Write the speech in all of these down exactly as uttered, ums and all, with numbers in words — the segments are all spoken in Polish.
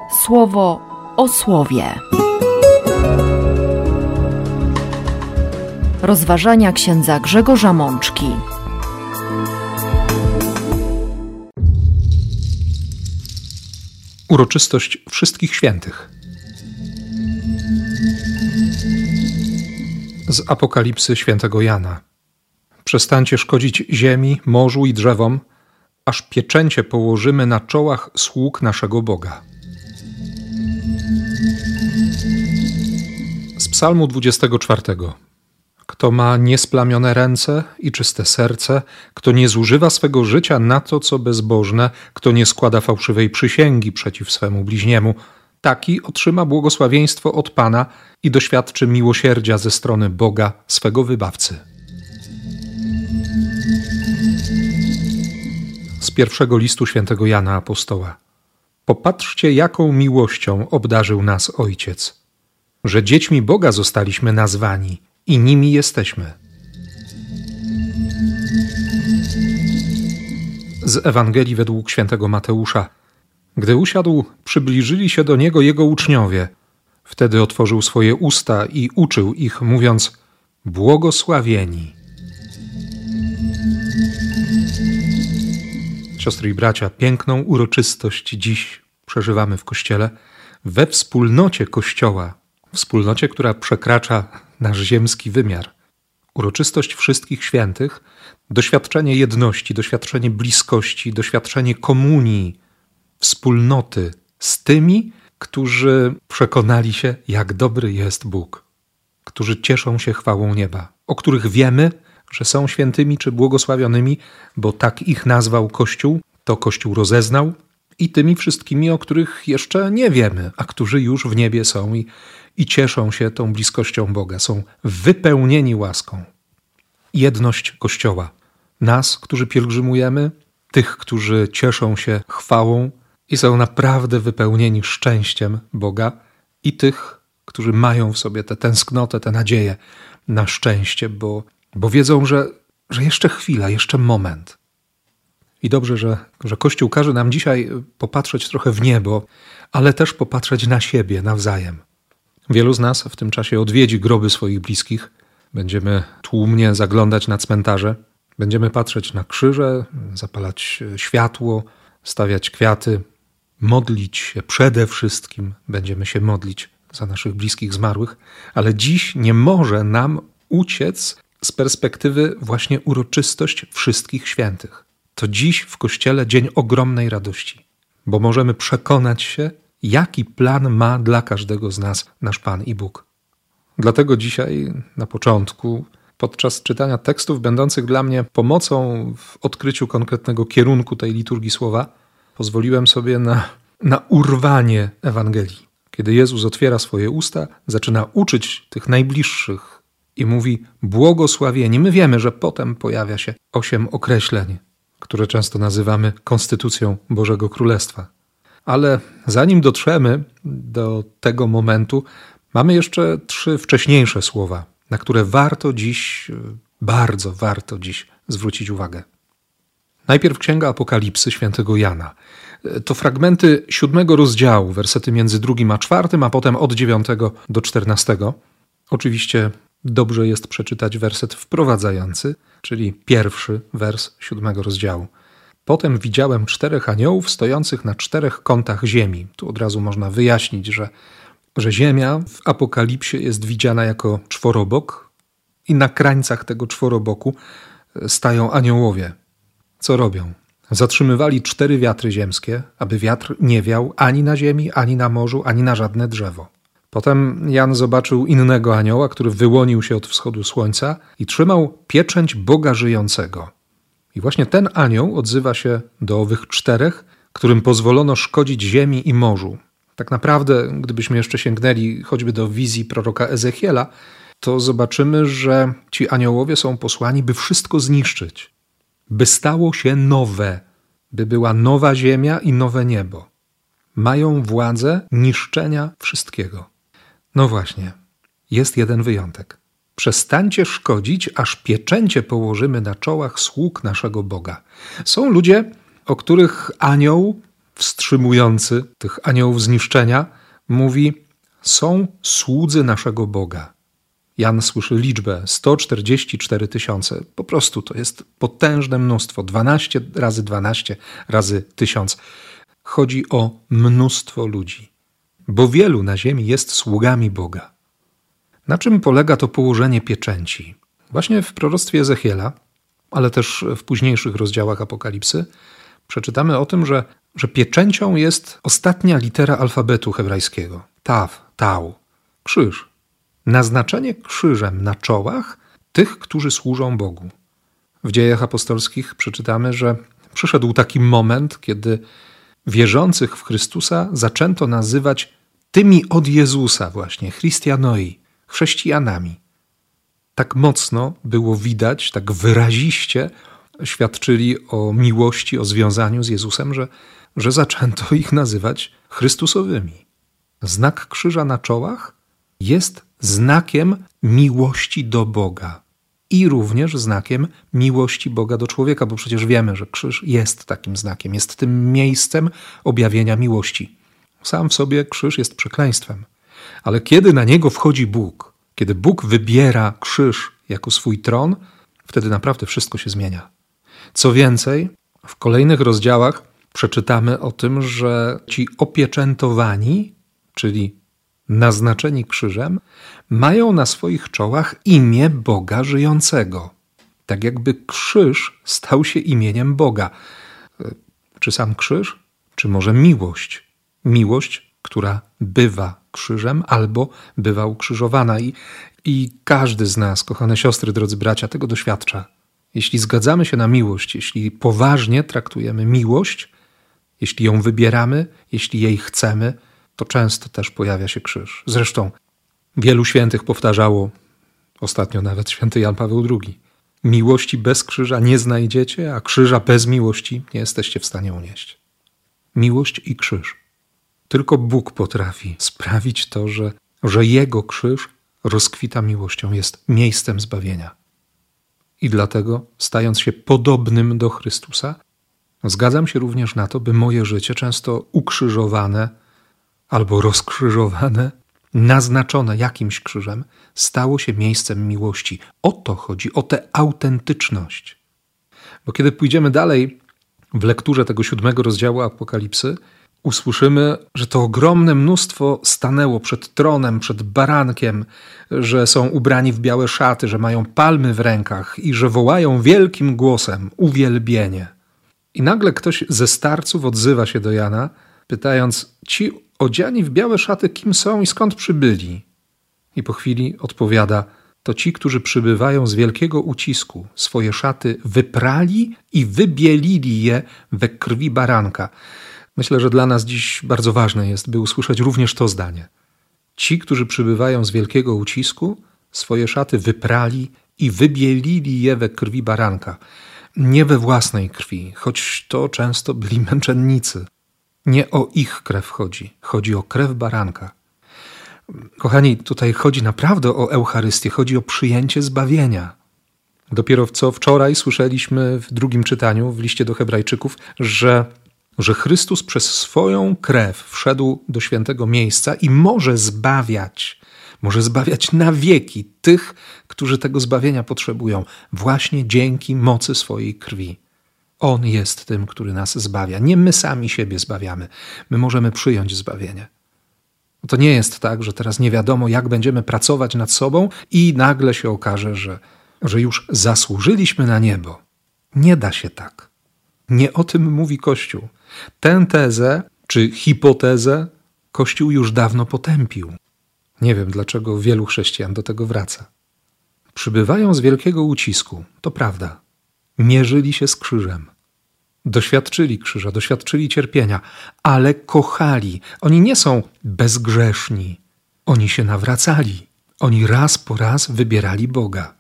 Słowo o słowie. Rozważania księdza Grzegorza Mączki. Uroczystość Wszystkich Świętych. Z Apokalipsy świętego Jana. Przestańcie szkodzić ziemi, morzu i drzewom, aż pieczęcie położymy na czołach sług naszego Boga. Z Psalmu dwudziestego czwartego. Kto ma niesplamione ręce i czyste serce, kto nie zużywa swego życia na to, co bezbożne, kto nie składa fałszywej przysięgi przeciw swemu bliźniemu, taki otrzyma błogosławieństwo od Pana i doświadczy miłosierdzia ze strony Boga, swego wybawcy. Z pierwszego listu świętego Jana Apostoła. Popatrzcie, jaką miłością obdarzył nas Ojciec, że dziećmi Boga zostaliśmy nazwani i nimi jesteśmy. Z Ewangelii według świętego Mateusza. Gdy usiadł, przybliżyli się do Niego Jego uczniowie. Wtedy otworzył swoje usta i uczył ich, mówiąc: błogosławieni. Siostry i bracia, piękną uroczystość dziś przeżywamy w Kościele, we wspólnocie Kościoła, wspólnocie, która przekracza nasz ziemski wymiar. Uroczystość Wszystkich Świętych, doświadczenie jedności, doświadczenie bliskości, doświadczenie komunii, wspólnoty z tymi, którzy przekonali się, jak dobry jest Bóg, którzy cieszą się chwałą nieba, o których wiemy, że są świętymi czy błogosławionymi, bo tak ich nazwał Kościół, to Kościół rozeznał, i tymi wszystkimi, o których jeszcze nie wiemy, a którzy już w niebie są i, i cieszą się tą bliskością Boga, są wypełnieni łaską. Jedność Kościoła, nas, którzy pielgrzymujemy, tych, którzy cieszą się chwałą i są naprawdę wypełnieni szczęściem Boga, i tych, którzy mają w sobie tę tęsknotę, tę nadzieję na szczęście, bo, bo wiedzą, że, że jeszcze chwila, jeszcze moment. I dobrze, że, że Kościół każe nam dzisiaj popatrzeć trochę w niebo, ale też popatrzeć na siebie nawzajem. Wielu z nas w tym czasie odwiedzi groby swoich bliskich. Będziemy tłumnie zaglądać na cmentarze. Będziemy patrzeć na krzyże, zapalać światło, stawiać kwiaty, modlić się przede wszystkim. Będziemy się modlić za naszych bliskich zmarłych. Ale dziś nie może nam uciec z perspektywy właśnie uroczystość Wszystkich Świętych. To dziś w Kościele dzień ogromnej radości, bo możemy przekonać się, jaki plan ma dla każdego z nas nasz Pan i Bóg. Dlatego dzisiaj na początku, podczas czytania tekstów będących dla mnie pomocą w odkryciu konkretnego kierunku tej liturgii słowa, pozwoliłem sobie na, na urwanie Ewangelii. Kiedy Jezus otwiera swoje usta, zaczyna uczyć tych najbliższych i mówi: błogosławieni. My wiemy, że potem pojawia się osiem określeń, które często nazywamy konstytucją Bożego Królestwa. Ale zanim dotrzemy do tego momentu, mamy jeszcze trzy wcześniejsze słowa, na które warto dziś, bardzo warto dziś zwrócić uwagę. Najpierw Księga Apokalipsy świętego Jana. To fragmenty siódmego rozdziału, wersety między drugim a czwartym, a potem od dziewiątego do czternastego. Oczywiście dobrze jest przeczytać werset wprowadzający, czyli pierwszy wers siódmego rozdziału. Potem widziałem czterech aniołów stojących na czterech kątach ziemi. Tu od razu można wyjaśnić, że, że ziemia w Apokalipsie jest widziana jako czworobok i na krańcach tego czworoboku stają aniołowie. Co robią? Zatrzymywali cztery wiatry ziemskie, aby wiatr nie wiał ani na ziemi, ani na morzu, ani na żadne drzewo. Potem Jan zobaczył innego anioła, który wyłonił się od wschodu słońca i trzymał pieczęć Boga żyjącego. I właśnie ten anioł odzywa się do owych czterech, którym pozwolono szkodzić ziemi i morzu. Tak naprawdę, gdybyśmy jeszcze sięgnęli choćby do wizji proroka Ezechiela, to zobaczymy, że ci aniołowie są posłani, by wszystko zniszczyć, by stało się nowe, by była nowa ziemia i nowe niebo. Mają władzę niszczenia wszystkiego. No właśnie, jest jeden wyjątek. Przestańcie szkodzić, aż pieczęcie położymy na czołach sług naszego Boga. Są ludzie, o których anioł wstrzymujący tych aniołów zniszczenia, mówi: są słudzy naszego Boga. Jan słyszy liczbę sto czterdzieści cztery tysiące. Po prostu to jest potężne mnóstwo. dwanaście razy dwanaście razy tysiąc. Chodzi o mnóstwo ludzi, bo wielu na ziemi jest sługami Boga. Na czym polega to położenie pieczęci? Właśnie w proroctwie Ezechiela, ale też w późniejszych rozdziałach Apokalipsy, przeczytamy o tym, że, że pieczęcią jest ostatnia litera alfabetu hebrajskiego. Taw, tau, krzyż. Naznaczenie krzyżem na czołach tych, którzy służą Bogu. W Dziejach Apostolskich przeczytamy, że przyszedł taki moment, kiedy wierzących w Chrystusa zaczęto nazywać tymi od Jezusa właśnie, Christianoi, chrześcijanami. Tak mocno było widać, tak wyraziście świadczyli o miłości, o związaniu z Jezusem, że, że zaczęto ich nazywać Chrystusowymi. Znak krzyża na czołach jest znakiem miłości do Boga i również znakiem miłości Boga do człowieka, bo przecież wiemy, że krzyż jest takim znakiem, jest tym miejscem objawienia miłości. Sam w sobie krzyż jest przekleństwem, ale kiedy na niego wchodzi Bóg, kiedy Bóg wybiera krzyż jako swój tron, wtedy naprawdę wszystko się zmienia. Co więcej, w kolejnych rozdziałach przeczytamy o tym, że ci opieczętowani, czyli naznaczeni krzyżem, mają na swoich czołach imię Boga żyjącego. Tak jakby krzyż stał się imieniem Boga. Czy sam krzyż? Czy może miłość? Miłość, która bywa krzyżem albo bywa ukrzyżowana. I, i każdy z nas, kochane siostry, drodzy bracia, tego doświadcza. Jeśli zgadzamy się na miłość, jeśli poważnie traktujemy miłość, jeśli ją wybieramy, jeśli jej chcemy, to często też pojawia się krzyż. Zresztą wielu świętych powtarzało, ostatnio nawet święty Jan Paweł drugi, miłości bez krzyża nie znajdziecie, a krzyża bez miłości nie jesteście w stanie unieść. Miłość i krzyż. Tylko Bóg potrafi sprawić to, że, że Jego krzyż rozkwita miłością, jest miejscem zbawienia. I dlatego, stając się podobnym do Chrystusa, zgadzam się również na to, by moje życie, często ukrzyżowane albo rozkrzyżowane, naznaczone jakimś krzyżem, stało się miejscem miłości. O to chodzi, o tę autentyczność. Bo kiedy pójdziemy dalej w lekturze tego siódmego rozdziału Apokalipsy, usłyszymy, że to ogromne mnóstwo stanęło przed tronem, przed barankiem, że są ubrani w białe szaty, że mają palmy w rękach i że wołają wielkim głosem uwielbienie. I nagle ktoś ze starców odzywa się do Jana, pytając: ci odziani w białe szaty kim są i skąd przybyli? I po chwili odpowiada: to ci, którzy przybywają z wielkiego ucisku, swoje szaty wyprali i wybielili je we krwi baranka. Myślę, że dla nas dziś bardzo ważne jest, by usłyszeć również to zdanie. Ci, którzy przybywają z wielkiego ucisku, swoje szaty wyprali i wybielili je we krwi baranka. Nie we własnej krwi, choć to często byli męczennicy. Nie o ich krew chodzi, chodzi o krew baranka. Kochani, tutaj chodzi naprawdę o Eucharystię, chodzi o przyjęcie zbawienia. Dopiero co wczoraj słyszeliśmy w drugim czytaniu w liście do Hebrajczyków, że, że Chrystus przez swoją krew wszedł do świętego miejsca i może zbawiać, może zbawiać na wieki tych, którzy tego zbawienia potrzebują, właśnie dzięki mocy swojej krwi. On jest tym, który nas zbawia. Nie my sami siebie zbawiamy. My możemy przyjąć zbawienie. To nie jest tak, że teraz nie wiadomo, jak będziemy pracować nad sobą i nagle się okaże, że, że już zasłużyliśmy na niebo. Nie da się tak. Nie o tym mówi Kościół. Tę tezę, czy hipotezę, Kościół już dawno potępił. Nie wiem, dlaczego wielu chrześcijan do tego wraca. Przybywają z wielkiego ucisku, to prawda. Mierzyli się z krzyżem. Doświadczyli krzyża, doświadczyli cierpienia, ale kochali. Oni nie są bezgrzeszni. Oni się nawracali. Oni raz po raz wybierali Boga.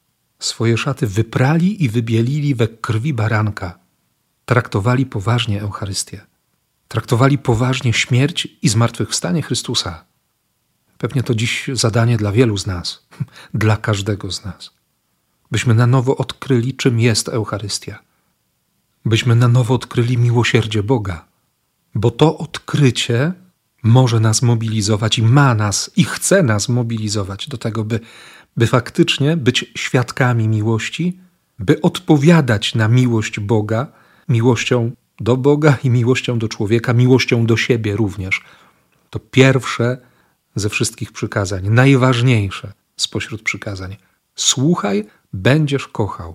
Swoje szaty wyprali i wybielili we krwi baranka. Traktowali poważnie Eucharystię. Traktowali poważnie śmierć i zmartwychwstanie Chrystusa. Pewnie to dziś zadanie dla wielu z nas, dla każdego z nas. Byśmy na nowo odkryli, czym jest Eucharystia. Byśmy na nowo odkryli miłosierdzie Boga. Bo to odkrycie może nas mobilizować i ma nas i chce nas mobilizować do tego, by, by faktycznie być świadkami miłości, by odpowiadać na miłość Boga, miłością do Boga i miłością do człowieka, miłością do siebie również. To pierwsze ze wszystkich przykazań, najważniejsze spośród przykazań. Słuchaj, będziesz kochał.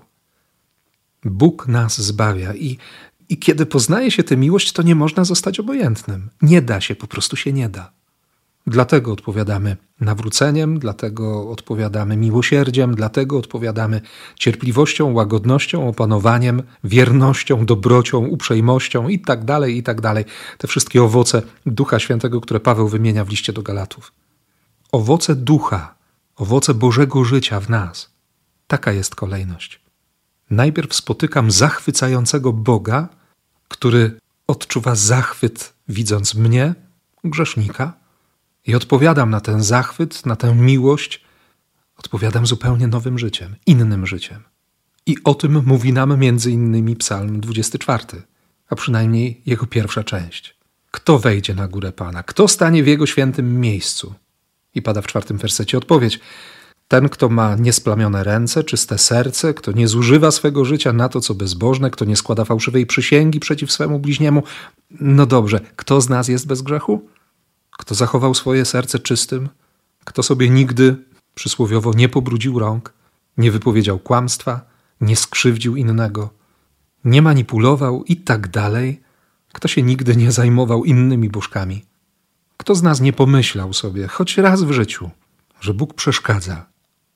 Bóg nas zbawia i, i kiedy poznaje się tę miłość, to nie można zostać obojętnym. Nie da się, po prostu się nie da. Dlatego odpowiadamy nawróceniem, dlatego odpowiadamy miłosierdziem, dlatego odpowiadamy cierpliwością, łagodnością, opanowaniem, wiernością, dobrocią, uprzejmością i tak dalej, i tak dalej. Te wszystkie owoce Ducha Świętego, które Paweł wymienia w liście do Galatów. Owoce Ducha, owoce Bożego życia w nas. Taka jest kolejność. Najpierw spotykam zachwycającego Boga, który odczuwa zachwyt, widząc mnie, grzesznika, i odpowiadam na ten zachwyt, na tę miłość, odpowiadam zupełnie nowym życiem, innym życiem. I o tym mówi nam między innymi Psalm dwudziesty czwarty, a przynajmniej jego pierwsza część. Kto wejdzie na górę Pana? Kto stanie w Jego świętym miejscu? I pada w czwartym wersecie odpowiedź. Ten, kto ma niesplamione ręce, czyste serce, kto nie zużywa swego życia na to, co bezbożne, kto nie składa fałszywej przysięgi przeciw swemu bliźniemu. No dobrze, kto z nas jest bez grzechu? Kto zachował swoje serce czystym? Kto sobie nigdy, przysłowiowo, nie pobrudził rąk, nie wypowiedział kłamstwa, nie skrzywdził innego, nie manipulował i tak dalej? Kto się nigdy nie zajmował innymi bożkami? Kto z nas nie pomyślał sobie, choć raz w życiu, że Bóg przeszkadza?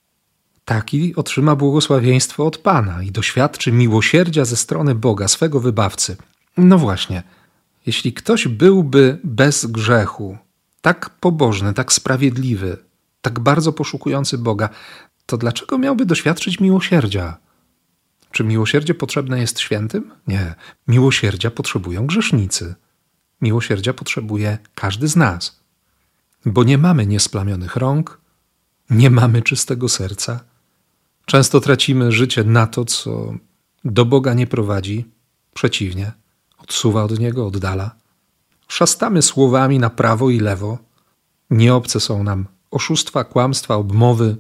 Taki otrzyma błogosławieństwo od Pana i doświadczy miłosierdzia ze strony Boga, swego wybawcy. No właśnie, jeśli ktoś byłby bez grzechu, tak pobożny, tak sprawiedliwy, tak bardzo poszukujący Boga, to dlaczego miałby doświadczyć miłosierdzia? Czy miłosierdzie potrzebne jest świętym? Nie. Miłosierdzia potrzebują grzesznicy. Miłosierdzia potrzebuje każdy z nas. Bo nie mamy niesplamionych rąk, nie mamy czystego serca. Często tracimy życie na to, co do Boga nie prowadzi. Przeciwnie, odsuwa od Niego, oddala. Szastamy słowami na prawo i lewo. Nieobce są nam oszustwa, kłamstwa, obmowy,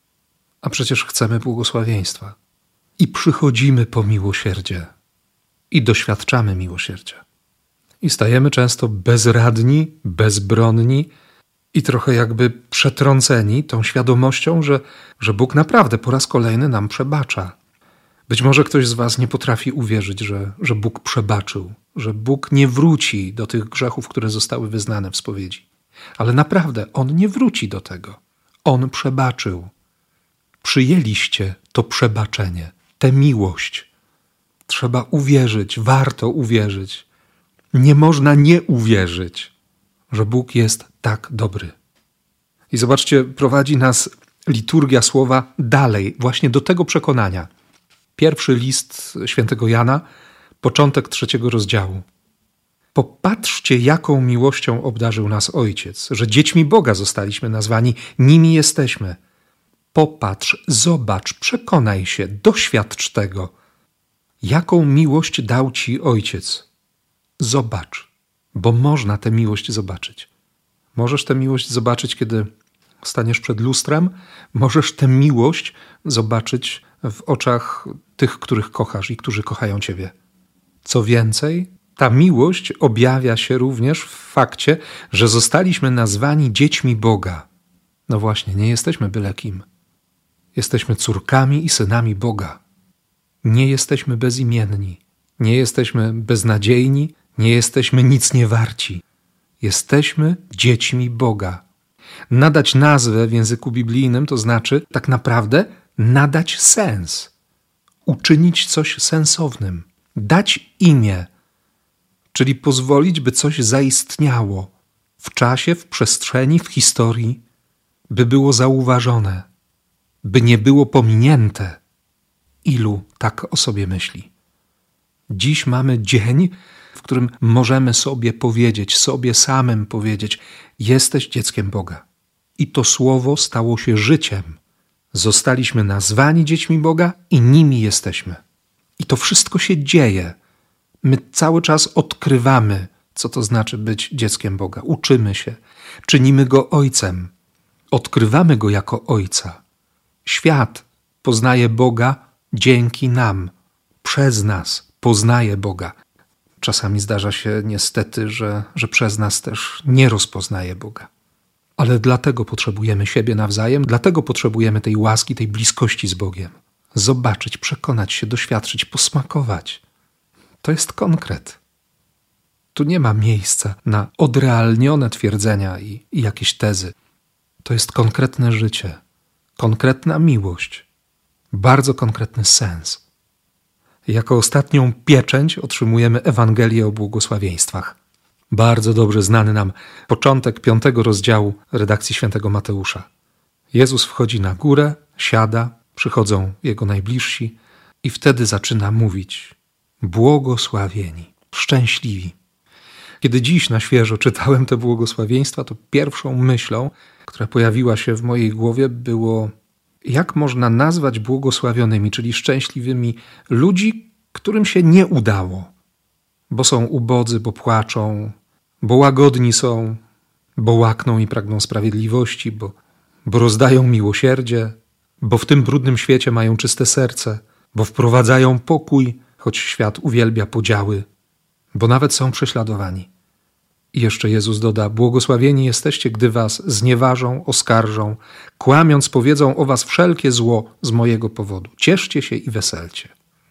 a przecież chcemy błogosławieństwa. I przychodzimy po miłosierdzie i doświadczamy miłosierdzia. I stajemy często bezradni, bezbronni i trochę jakby przetrąceni tą świadomością, że, że Bóg naprawdę po raz kolejny nam przebacza. Być może ktoś z was nie potrafi uwierzyć, że, że Bóg przebaczył, że Bóg nie wróci do tych grzechów, które zostały wyznane w spowiedzi. Ale naprawdę On nie wróci do tego. On przebaczył. Przyjęliście to przebaczenie, tę miłość. Trzeba uwierzyć, warto uwierzyć. Nie można nie uwierzyć, że Bóg jest tak dobry. I zobaczcie, prowadzi nas liturgia słowa dalej, właśnie do tego przekonania. Pierwszy list świętego Jana, początek trzeciego rozdziału. Popatrzcie, jaką miłością obdarzył nas Ojciec, że dziećmi Boga zostaliśmy nazwani, nimi jesteśmy. Popatrz, zobacz, przekonaj się, doświadcz tego. Jaką miłość dał ci Ojciec? Zobacz, bo można tę miłość zobaczyć. Możesz tę miłość zobaczyć, kiedy staniesz przed lustrem. Możesz tę miłość zobaczyć w oczach tych, których kochasz i którzy kochają ciebie. Co więcej, ta miłość objawia się również w fakcie, że zostaliśmy nazwani dziećmi Boga. No właśnie, nie jesteśmy byle kim. Jesteśmy córkami i synami Boga. Nie jesteśmy bezimienni, nie jesteśmy beznadziejni, nie jesteśmy nic nie warci. Jesteśmy dziećmi Boga. Nadać nazwę w języku biblijnym to znaczy tak naprawdę nadać sens, uczynić coś sensownym, dać imię, czyli pozwolić, by coś zaistniało w czasie, w przestrzeni, w historii, by było zauważone, by nie było pominięte. Ilu tak o sobie myśli? Dziś mamy dzień, w którym możemy sobie powiedzieć, sobie samym powiedzieć: jesteś dzieckiem Boga. I to słowo stało się życiem. Zostaliśmy nazwani dziećmi Boga i nimi jesteśmy. I to wszystko się dzieje. My cały czas odkrywamy, co to znaczy być dzieckiem Boga. Uczymy się, czynimy Go Ojcem, odkrywamy Go jako Ojca. Świat poznaje Boga dzięki nam, przez nas poznaje Boga. Czasami zdarza się niestety, że, że przez nas też nie rozpoznaje Boga. Ale dlatego potrzebujemy siebie nawzajem, dlatego potrzebujemy tej łaski, tej bliskości z Bogiem. Zobaczyć, przekonać się, doświadczyć, posmakować. To jest konkret. Tu nie ma miejsca na odrealnione twierdzenia i, i jakieś tezy. To jest konkretne życie, konkretna miłość, bardzo konkretny sens. Jako ostatnią pieczęć otrzymujemy Ewangelię o błogosławieństwach. Bardzo dobrze znany nam początek piątego rozdziału redakcji świętego Mateusza. Jezus wchodzi na górę, siada, przychodzą Jego najbliżsi i wtedy zaczyna mówić: błogosławieni, szczęśliwi. Kiedy dziś na świeżo czytałem te błogosławieństwa, to pierwszą myślą, która pojawiła się w mojej głowie, było: jak można nazwać błogosławionymi, czyli szczęśliwymi, ludzi, którym się nie udało, bo są ubodzy, bo płaczą, bo łagodni są, bo łakną i pragną sprawiedliwości, bo, bo rozdają miłosierdzie, bo w tym brudnym świecie mają czyste serce, bo wprowadzają pokój, choć świat uwielbia podziały, bo nawet są prześladowani. I jeszcze Jezus doda: błogosławieni jesteście, gdy was znieważą, oskarżą, kłamiąc powiedzą o was wszelkie zło z mojego powodu. Cieszcie się i weselcie.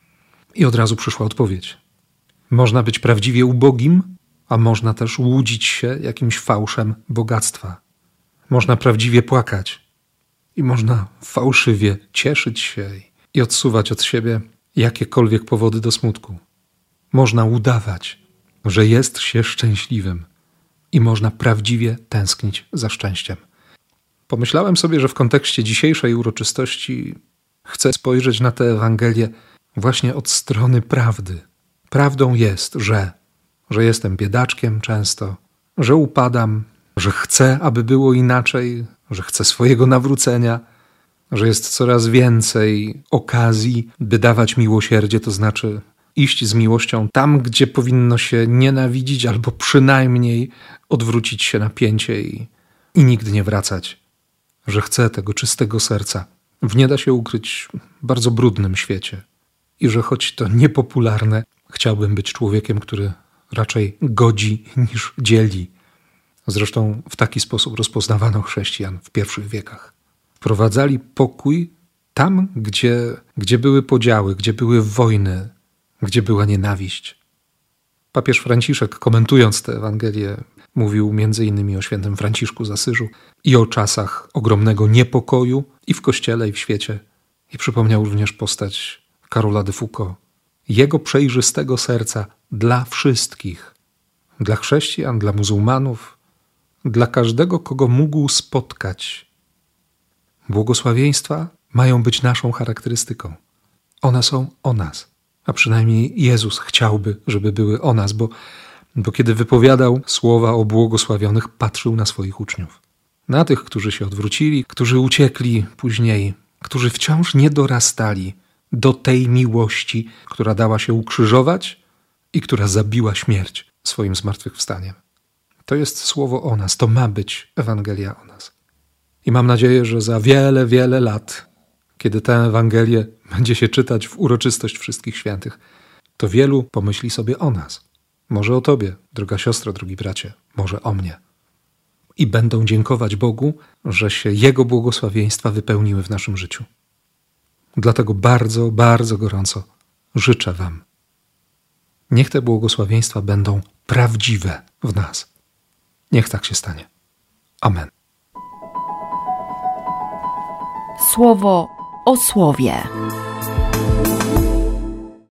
I od razu przyszła odpowiedź. Można być prawdziwie ubogim, a można też łudzić się jakimś fałszem bogactwa. Można prawdziwie płakać i można fałszywie cieszyć się i odsuwać od siebie jakiekolwiek powody do smutku. Można udawać, że jest się szczęśliwym i można prawdziwie tęsknić za szczęściem. Pomyślałem sobie, że w kontekście dzisiejszej uroczystości chcę spojrzeć na tę Ewangelię właśnie od strony prawdy. Prawdą jest, że, że jestem biedaczkiem często, że upadam, że chcę, aby było inaczej, że chcę swojego nawrócenia, że jest coraz więcej okazji, by dawać miłosierdzie, to znaczy iść z miłością tam, gdzie powinno się nienawidzić, albo przynajmniej odwrócić się napięcie i, i nigdy nie wracać. Że chcę tego czystego serca w nie da się ukryć bardzo brudnym świecie. I że choć to niepopularne, chciałbym być człowiekiem, który raczej godzi niż dzieli. Zresztą w taki sposób rozpoznawano chrześcijan w pierwszych wiekach. Wprowadzali pokój tam, gdzie, gdzie były podziały, gdzie były wojny, gdzie była nienawiść. Papież Franciszek, komentując tę Ewangelię, mówił między innymi o świętym Franciszku z Asyżu i o czasach ogromnego niepokoju i w Kościele, i w świecie. I przypomniał również postać Karola de Foucault. Jego przejrzystego serca dla wszystkich. Dla chrześcijan, dla muzułmanów, dla każdego, kogo mógł spotkać. Błogosławieństwa mają być naszą charakterystyką. One są o nas. A przynajmniej Jezus chciałby, żeby były o nas, bo, bo kiedy wypowiadał słowa o błogosławionych, patrzył na swoich uczniów. Na tych, którzy się odwrócili, którzy uciekli później, którzy wciąż nie dorastali do tej miłości, która dała się ukrzyżować i która zabiła śmierć swoim zmartwychwstaniem. To jest słowo o nas, to ma być Ewangelia o nas. I mam nadzieję, że za wiele, wiele lat, kiedy tę Ewangelię będzie się czytać w uroczystość Wszystkich Świętych, to wielu pomyśli sobie o nas. Może o tobie, droga siostro, drogi bracie, może o mnie. I będą dziękować Bogu, że się Jego błogosławieństwa wypełniły w naszym życiu. Dlatego bardzo, bardzo gorąco życzę wam. Niech te błogosławieństwa będą prawdziwe w nas. Niech tak się stanie. Amen. Słowo o słowie.